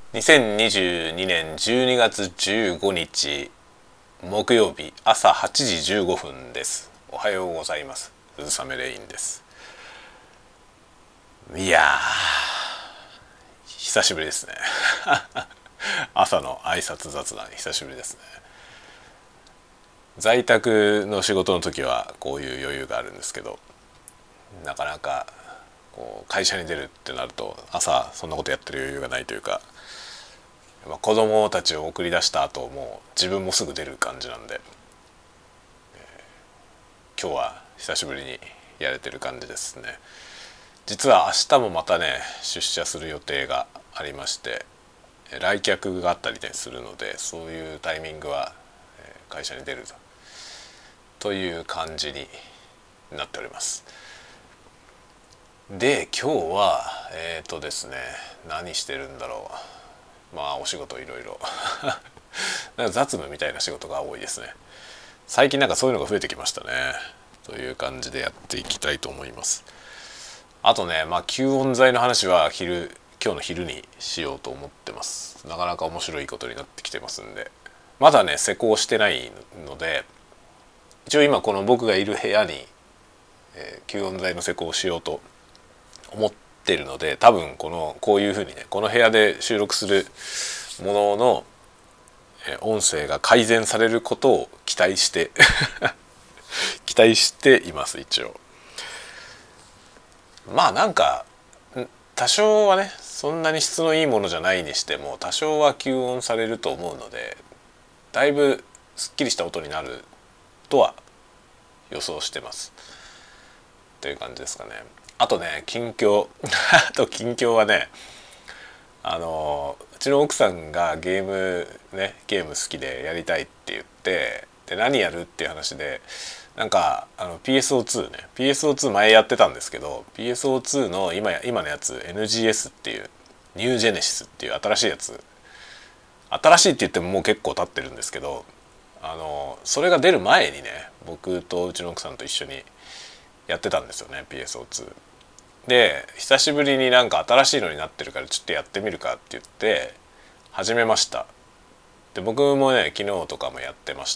2022年12月15日木曜日朝8時15分です。おはようございます。鈴雨レインです。いやー久しぶりですね朝の挨拶雑談久しぶりですね。在宅の仕事の時はこういう余裕があるんですけど、なかなかこう会社に出るってなると朝そんなことやってる余裕がないというか、子供たちを送り出した後もう自分もすぐ出る感じなんで、今日は久しぶりにやれてる感じですね。実は明日もまたね出社する予定がありまして、来客があったりねするので、そういうタイミングは会社に出るという感じになっております。で今日はですね、何してるんだろう。まあお仕事いろいろなんか雑務みたいな仕事が多いですね。最近なんかそういうのが増えてきましたね。という感じでやっていきたいと思います。あとね、吸音材の話は今日の昼にしようと思ってます。なかなか面白いことになってきてますんで、まだね施工してないので、一応今この僕がいる部屋に、吸音材の施工をしようと思ってるので、多分こういう風にねこの部屋で収録するものの音声が改善されることを期待して期待しています一応。なんか多少はねそんなに質のいいものじゃないにしても多少は吸音されると思うので、だいぶすっきりした音になるとは予想してますという感じですかね。あとね近況近況はね、うちの奥さんがゲーム好きでやりたいって言って、で何やるっていう話で、なんかPSO2 前やってたんですけど、 PSO2 の今のやつ NGS っていうニュージェネシスっていう新しいやつ、新しいって言ってももう結構経ってるんですけど、それが出る前にね僕とうちの奥さんと一緒にやってたんですよね PSO2 で。久しぶりになんか新しいのになってるからちょっとやってみるかって言って始めました。で僕もね昨日とかもやってました。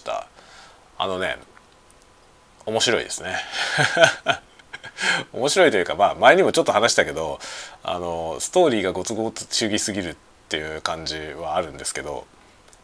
面白いですね面白いというか、前にもちょっと話したけど、ストーリーがご都合主義すぎるっていう感じはあるんですけど、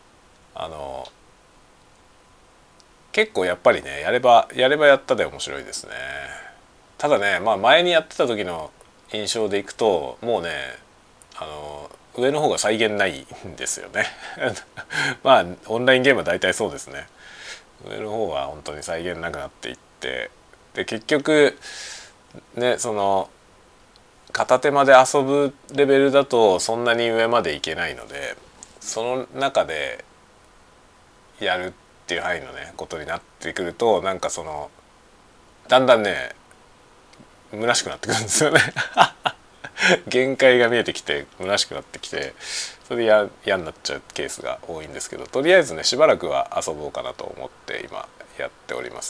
結構やっぱりねやればやったで面白いですね。ただね、前にやってた時の印象でいくともうね上の方が再現ないんですよねオンラインゲームは大体そうですね。上の方は本当に再現なくなっていって、で結局ね片手まで遊ぶレベルだとそんなに上までいけないので、その中でやるっていう範囲のねことになってくると、なんかだんだんね虚しくなってくるんですよね限界が見えてきて虚しくなってきて、それで嫌になっちゃうケースが多いんですけど、とりあえずねしばらくは遊ぼうかなと思って今やっております。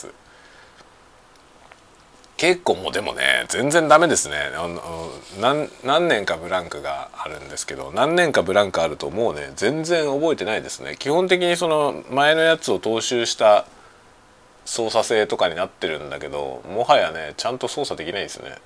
結構もうでもね全然ダメですね。何年かブランクがあるんですけど、何年かブランクあるともうね全然覚えてないですね。基本的にその前のやつを踏襲した操作性とかになってるんだけど、もはやねちゃんと操作できないですね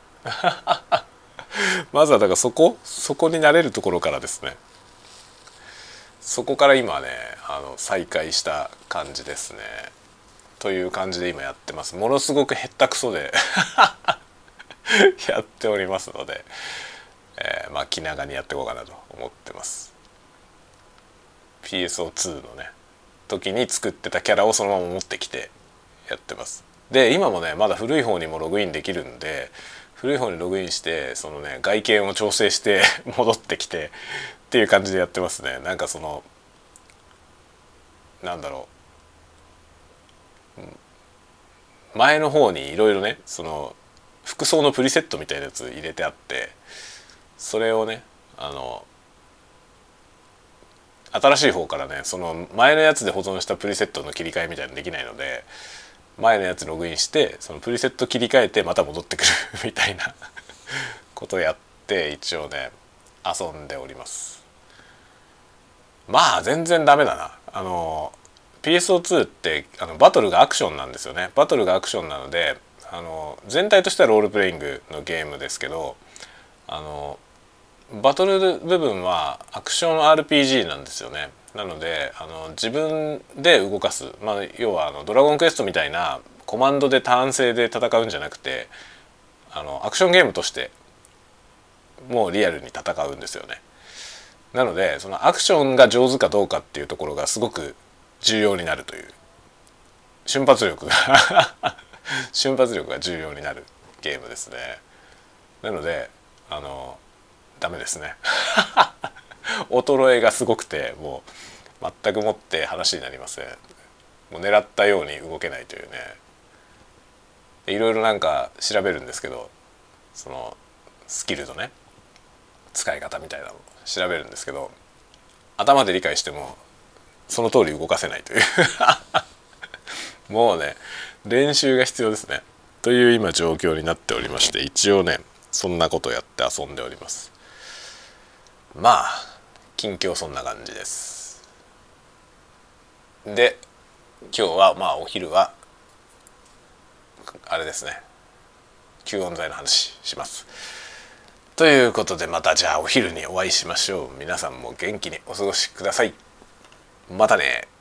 まずはだからそこに慣れるところからですね。そこから今ね再開した感じですね。という感じで今やってます。ものすごくへったくそでやっておりますので、気長にやっていこうかなと思ってます。 PSO2 のね時に作ってたキャラをそのまま持ってきてやってます。で今もねまだ古い方にもログインできるんで、古い方にログインしてそのね外見を調整して戻ってきてっていう感じでやってますね。なんかなんだろう、前の方にいろいろね服装のプリセットみたいなやつ入れてあって、それをね新しい方からねその前のやつで保存したプリセットの切り替えみたいなのできないので、前のやつログインしてそのプリセット切り替えてまた戻ってくるみたいなことをやって一応ね遊んでおります。 まあ全然ダメだな。PSO2 ってバトルがアクションなんですよね。バトルがアクションなので全体としてはロールプレイングのゲームですけどバトル部分はアクション RPG なんですよね。なので自分で動かす、まあ、要はドラゴンクエストみたいなコマンドでターン制で戦うんじゃなくてアクションゲームとしてもうリアルに戦うんですよね。なのでそのアクションが上手かどうかっていうところがすごく重要になるという瞬発力が瞬発力が重要になるゲームですね。なのでダメですね衰えがすごくてもう全くもって話になりません。もう狙ったように動けないというね。いろいろなんか調べるんですけどそのスキルとね使い方みたいなのを調べるんですけど頭で理解してもその通り動かせないというもうね練習が必要ですねという今状況になっておりまして、一応ねそんなことやって遊んでおります。まあ近況そんな感じです。で今日はまあお昼はあれですね、吸音材の話します。ということでまたじゃあお昼にお会いしましょう。皆さんも元気にお過ごしください。またね。